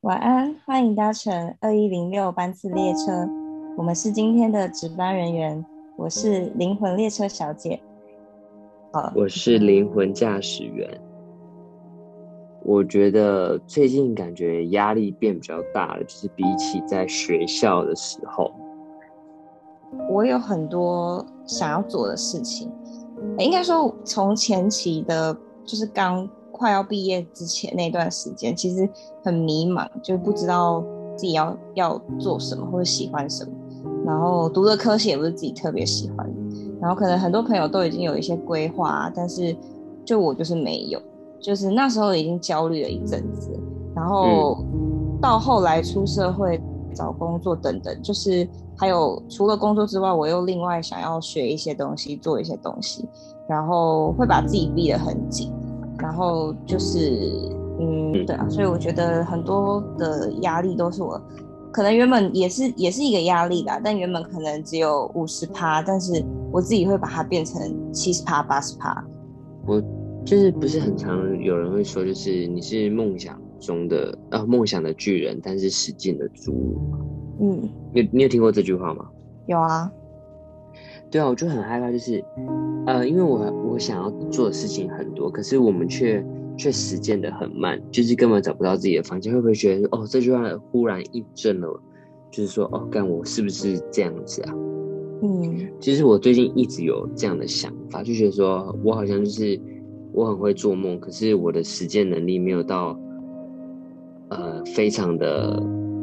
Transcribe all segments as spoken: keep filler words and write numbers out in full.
晚安，欢迎搭乘二一零六班次列车，我们是今天的值班人员，我是灵魂列车小姐。好， 我是灵魂驾驶员。我觉得最近感觉压力变比较大了，就是比起在学校的时候。 我有很多想要做的事情，应该说从前期的，就是刚快要毕业之前那段时间，其实很迷茫，就不知道自己要要做什么或者喜欢什么，然后读的科系也不是自己特别喜欢，然后可能很多朋友都已经有一些规划，但是就我就是没有，就是那时候已经焦虑了一阵子，然后到后来出社会找工作等等，就是还有除了工作之外，我又另外想要学一些东西，做一些东西，然后会把自己逼得很紧，然后就是嗯，对啊，所以我觉得很多的压力都是我。可能原本也是也是一个压力啦，但原本可能只有五十趴，但是我自己会把它变成七十趴、八十趴。 我就是不是很常有人会说，就是你是梦想中的啊梦想的巨人，但是实践的侏儒。 嗯， 你你有听过这句话吗？ 有啊。 对啊，我就很害怕，就是呃，因为我我想要做的事情很多，可是我们却却实践的很慢，就是根本找不到自己的方向。会不会觉得哦，这句话忽然印证了，就是说哦，干我是不是这样子啊？ 嗯， 其实我最近一直有这样的想法，就觉得说我好像就是我很会做梦，可是我的实践能力没有到呃非常的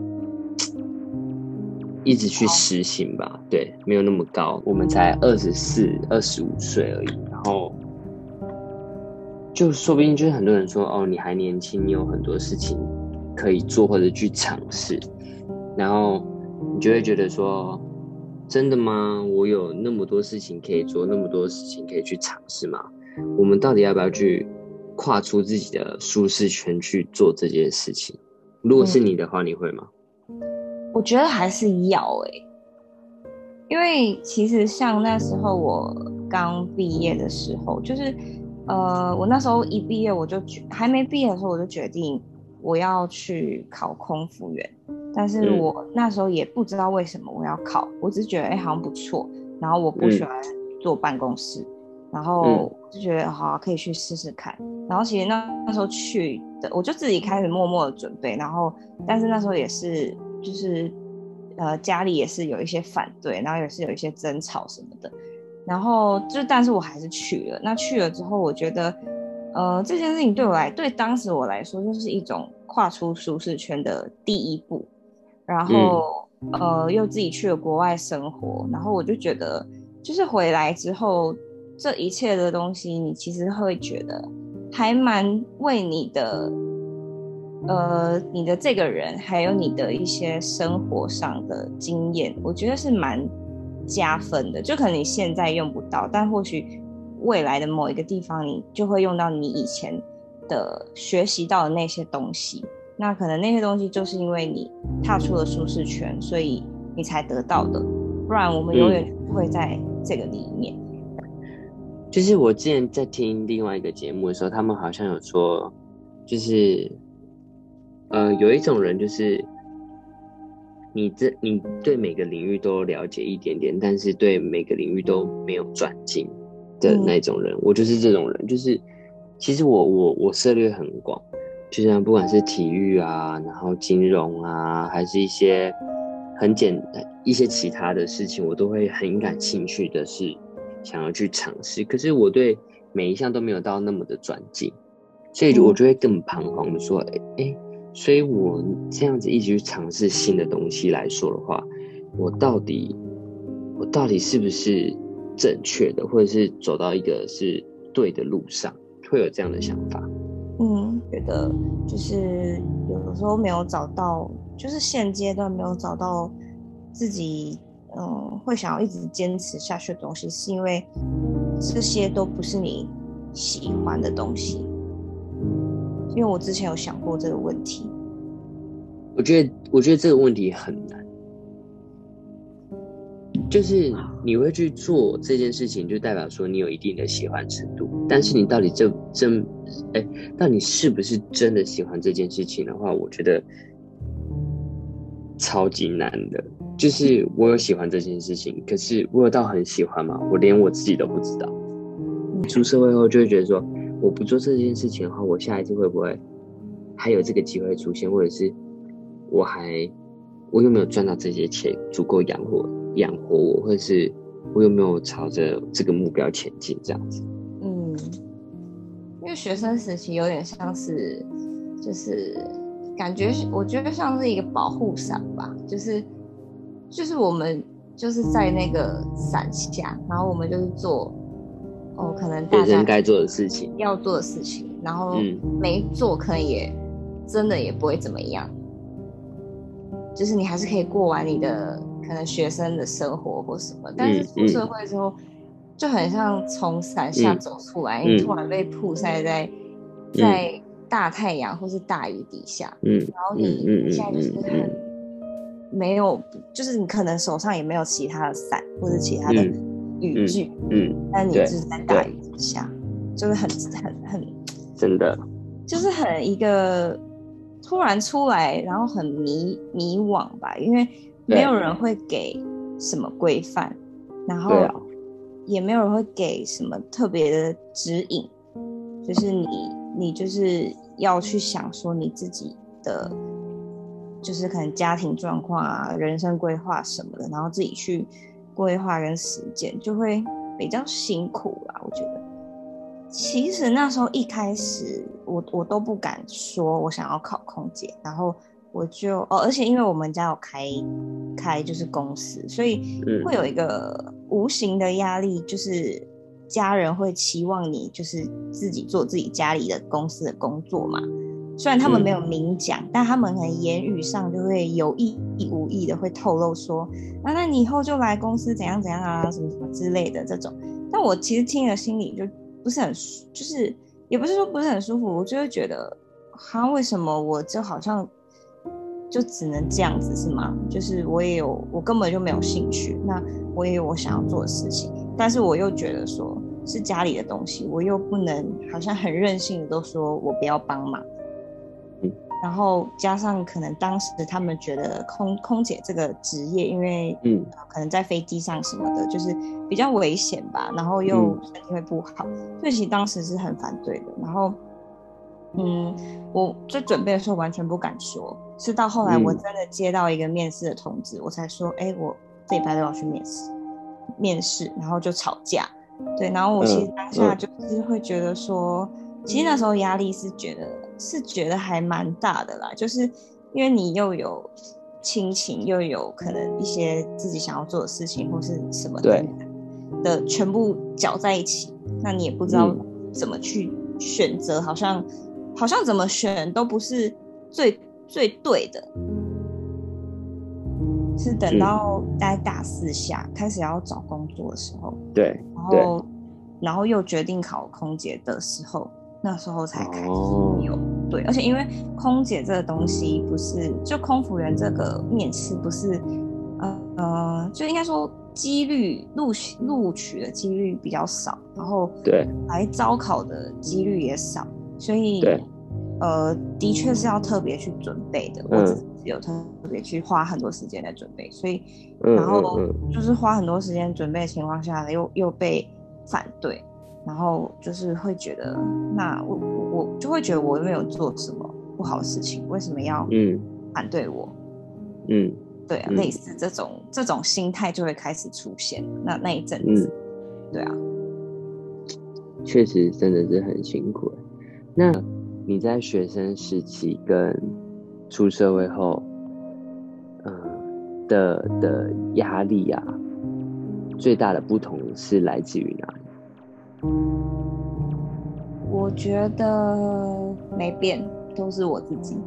一直去实行吧，对，没有那么高。我们才二十四、二十五岁而已，然后就说不定就是很多人说哦，你还年轻，你有很多事情可以做或者去尝试，然后你就会觉得说，真的吗？我有那么多事情可以做，那么多事情可以去尝试吗？我们到底要不要去跨出自己的舒适圈去做这件事情？如果是你的话，你会吗？ 我觉得还是要诶、欸因为其实像那时候我刚毕业的时候，就是呃，我那时候一毕业我就决还没毕业的时候我就决定我要去考空服员，但是嗯我那时候也不知道为什么我要考，我只是觉得哎、欸好像不错，然后我不喜嗯欢坐办公室，然嗯后就觉得好、啊、可以去试试看，然后其实那那时候去的我就自己开始默默的准备，然后但是那时候也是就是呃家里也是有一些反对，然后也是有一些争吵什么的，然后就但是我还是去了。那去了之后，我觉得呃这件事情对我来对当时我来说就是一种跨出舒适圈的第一步，然后嗯呃又自己去了国外生活，然后我就觉得就是回来之后这一切的东西，你其实会觉得还蛮为你的呃，你的这个人，还有你的一些生活上的经验，我觉得是蛮加分的。就可能你现在用不到，但或许未来的某一个地方，你就会用到你以前的学习到的那些东西。那可能那些东西就是因为你踏出了舒适圈，所以你才得到的，不然我们永远嗯， 不会在这个里面。 就是我之前在听另外一个节目的时候，他们好像有说，就是呃，有一种人就是你这你对每个领域都了解一点点，但是对每个领域都没有转进的嗯那种人，我就是这种人，就是其实我我我涉猎很广，就像不管是体育啊，然后金融啊，还是一些很简一些其他的事情，我都会很感兴趣的是想要去尝试，可是我对每一项都没有到那么的转进，所以我嗯。 就会更彷徨的说，哎、欸所以我这样子一直去尝试新的东西来说的话，我到底我到底是不是正确的，或者是走到一个是对的路上，会有这样的想法。 嗯，觉得就是有的时候没有找到，就是现阶段没有找到自己，嗯，会想要一直坚持下去的东西，是因为这些都不是你喜欢的东西。因为我之前有想过这个问题。 我觉得，我觉得这个问题很难，就是你会去做这件事情，就代表说你有一定的喜欢程度。但是你到底真真，哎，到底是不是真的喜欢这件事情的话，我觉得超级难的。就是我有喜欢这件事情，可是我有到很喜欢吗？我连我自己都不知道。出社会后就会觉得说，我不做这件事情的话，我下一次会不会还有这个机会出现，或者是我还我有没有赚到这些钱足够养活养活我，或者是我有没有朝着这个目标前进这样子。 嗯，因为学生时期有点像是就是感觉我觉得像是一个保护伞吧，就是就是我们就是在那个伞下，然后我们就是做哦可能大家学生该做的事情， 要做的事情，然后嗯没做可能也真的也不会怎么样，就是你还是可以过完你的可能学生的生活或什么，但是出社会之后、嗯、就很像从伞下走出来、嗯、你突然被曝晒在、嗯、在大太阳或是大雨底下，嗯，然后你现在就是很没有，就是你可能手上也没有其他的伞或者其他的雨具，嗯，嗯但你就是在大雨之下，就是很很很真的， 就是很一个突然出来，然后很迷迷惘吧，因为没有人会给什么规范，然后也没有人会给什么特别的指引，就是你你就是要去想说你自己的，就是可能家庭状况啊、人生规划什么的，然后自己去规划跟实践，就会比较辛苦啦，我觉得。其实那时候一开始我我都不敢说我想要考空姐，然后我就哦，而且因为我们家有开开就是公司，所以会有一个无形的压力，就是家人会期望你就是自己做自己家里的公司的工作嘛。虽然他们没有明讲、嗯、但他们可能言语上就会有意无意的会透露说啊，那你以后就来公司怎样怎样啊，什么什么之类的这种。但我其实听了心里就不是很，就是也不是说不是很舒服，我就会觉得哈，为什么我就好像就只能这样子是吗？就是我也有，我根本就没有兴趣，那我也有我想要做的事情，但是我又觉得说是家里的东西，我又不能好像很任性的都说我不要帮忙。然后加上可能当时他们觉得空空姐这个职业，因为嗯、呃，可能在飞机上什么的，就是比较危险吧，然后又身体会不好，嗯、所以其实当时是很反对的。然后，嗯，我在准备的时候完全不敢说，是到后来我真的接到一个面试的通知，嗯、我才说，哎，我这礼拜六要去面试，面试，然后就吵架，对，然后我其实当下就是会觉得说。嗯嗯其实那时候压力是觉得是觉得还蛮大的啦，就是因为你又有亲情，又有可能一些自己想要做的事情或是什么的的全部搅在一起，那你也不知道怎么去选择，好像好像怎么选都不是最最对的。是等到大概大四下、嗯、开始要找工作的时候， 对， 然后然后又决定考空姐的时候。那时候才开始有、哦、对，而且因为空姐这个东西不是就空服员这个面试不是呃就应该说几率录取录取的几率比较少，然后对来招考的几率也少，所以对呃的确是要特别去准备的、嗯、我自己有特别去花很多时间在准备，所以然后就是花很多时间准备的情况下又又被反对。然后就是会觉得，那我我就会觉得我没有做什么不好的事情，为什么要反对我？嗯，对啊，嗯、类似这种这种心态就会开始出现。那那一阵子，嗯、对啊， 确实真的是很辛苦。那你在学生时期跟出社会后，嗯、呃、的的压力啊，最大的不同是来自于哪里？ 我觉得没变，都是我自己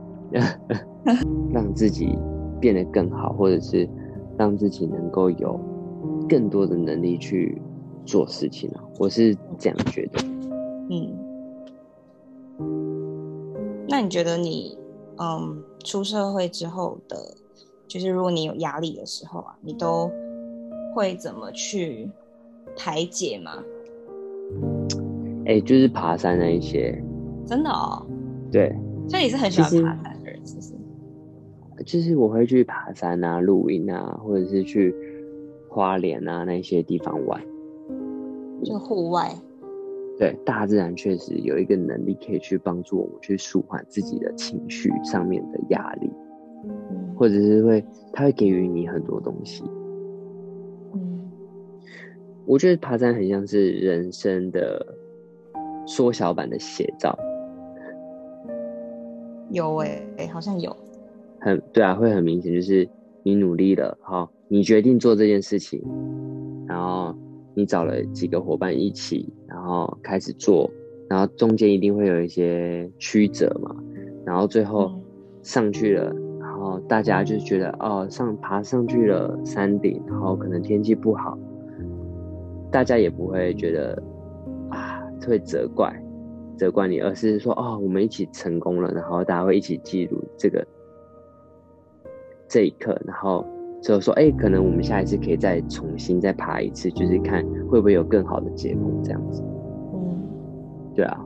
让自己变得更好，或者是让自己能够有更多的能力去做事情啊，我是这样觉得。 嗯，那你觉得你嗯出社会之后的，就是如果你有压力的时候啊，你都会怎么去排解吗？ 哎、欸，就是爬山那一些。 真的哦。 对。 所以你是很喜欢爬山的人，是不是？ 就是我会去爬山啊、露营啊，或者是去花莲啊那些地方玩。 就户外。 对，大自然确实有一个能力可以去帮助我们去舒缓自己的情绪上面的压力， 嗯， 或者是会，它会给予你很多东西。 嗯， 我觉得爬山很像是人生的缩小版的写照。 有诶、欸，好像有。 很对啊，会很明显，就是你努力了，好，你决定做这件事情，然后你找了几个伙伴一起，然后开始做，然后中间一定会有一些曲折嘛，然后最后上去了，然后大家就觉得哦，上爬上去了山顶，然后可能天气不好，大家也不会觉得啊会责怪责怪你，而是说哦，我们一起成功了，然后大家会一起记录这个这一刻，然后就说，哎、欸，可能我们下一次可以再重新再爬一次，就是看会不会有更好的结果，这样子。 嗯， 对啊。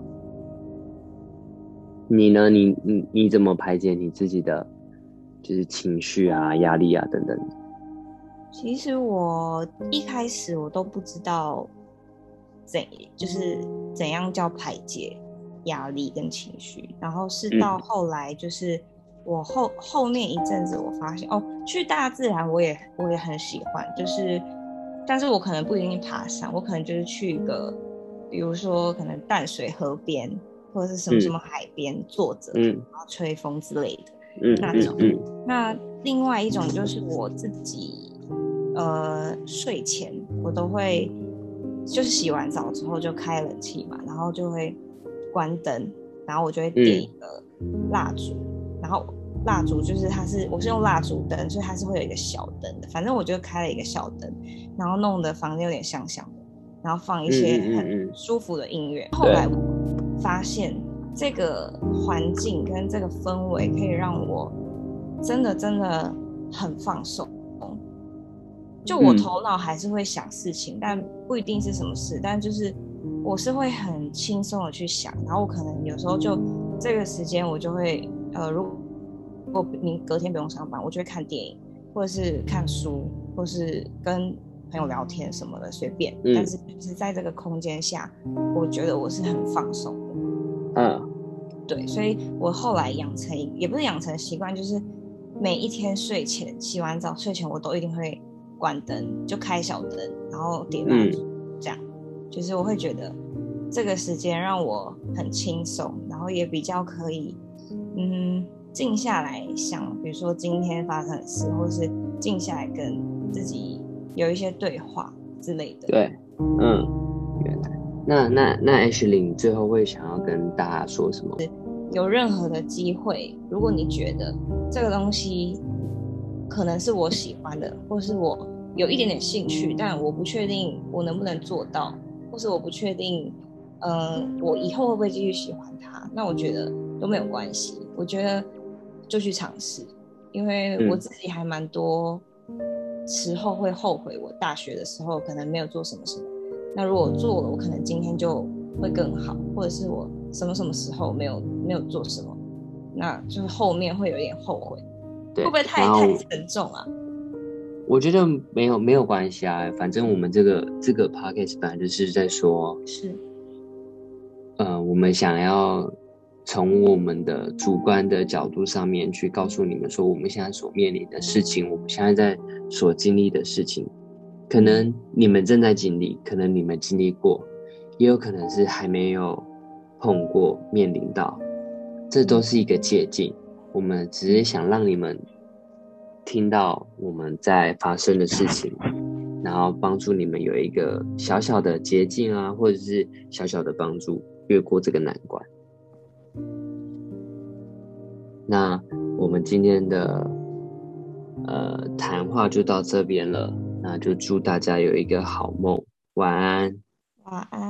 你呢？你你你怎么排解你自己的就是情绪啊、压力啊等等？ 其实我一开始我都不知道怎就是怎样叫排解压力跟情绪，然后是到后来就是我后后面一阵子我发现哦，去大自然我也我也很喜欢，就是但是我可能不一定爬山，我可能就是去一个比如说可能淡水河边或者是什么什么海边坐着， 嗯， 然后吹风之类的， 嗯那种。 嗯嗯那另外一种就是我自己，呃，睡前我都会，就是洗完澡之后就开冷气嘛，然后就会关灯，然后我就会点一个蜡烛，嗯、然后蜡烛就是它是我是用蜡烛灯，所以它是会有一个小灯的，反正我就开了一个小灯，然后弄得房间有点香香的，然后放一些很舒服的音乐。嗯嗯嗯、后来我发现这个环境跟这个氛围可以让我真的真的很放松，就我头脑还是会想事情，嗯、但不一定是什么事，但就是我是会很轻松的去想，然后我可能有时候就这个时间我就会呃，如果你隔天不用上班，我就会看电影，或者是看书，或是跟朋友聊天什么的，随便。嗯、但是就是在这个空间下，我觉得我是很放松的。嗯，对，所以我后来养成也不是养成习惯，就是每一天睡前洗完澡，睡前我都一定会关灯，就开小灯，然后点蜡烛，这样，就是我会觉得这个时间让我很轻松，然后也比较可以，嗯，静下来想，比如说今天发生的事，或是静下来跟自己有一些对话之类的。 对，嗯，原来，那那那 Ashley， 你最后会想要跟大家说什么？ 有任何的机会，如果你觉得这个东西可能是我喜欢的，或是我有一点点兴趣，但我不确定我能不能做到，或是我不确定，呃，我以后会不会继续喜欢它，那我觉得都没有关系。我觉得就去尝试，因为我自己还蛮多时候会后悔，我大学的时候可能没有做什么什么。那如果我做了，我可能今天就会更好，或者是我什么什么时候没有没有做什么，那就是后面会有点后悔。会不会太太沉重啊？ 我觉得没有没有关系啊，反正我们这个这个 podcast 本来就是在说， 是， 呃，我们想要从我们的主观的角度上面去告诉你们说，我们现在所面临的事情，我们现在在所经历的事情，可能你们正在经历，可能你们经历过，也有可能是还没有碰过、面临到，这都是一个借鉴。我们只是想让你们听到我们在发生的事情，然后帮助你们有一个小小的捷径啊，或者是小小的帮助，越过这个难关。那我们今天的呃谈话就到这边了，那就祝大家有一个好梦，晚安。 晚安。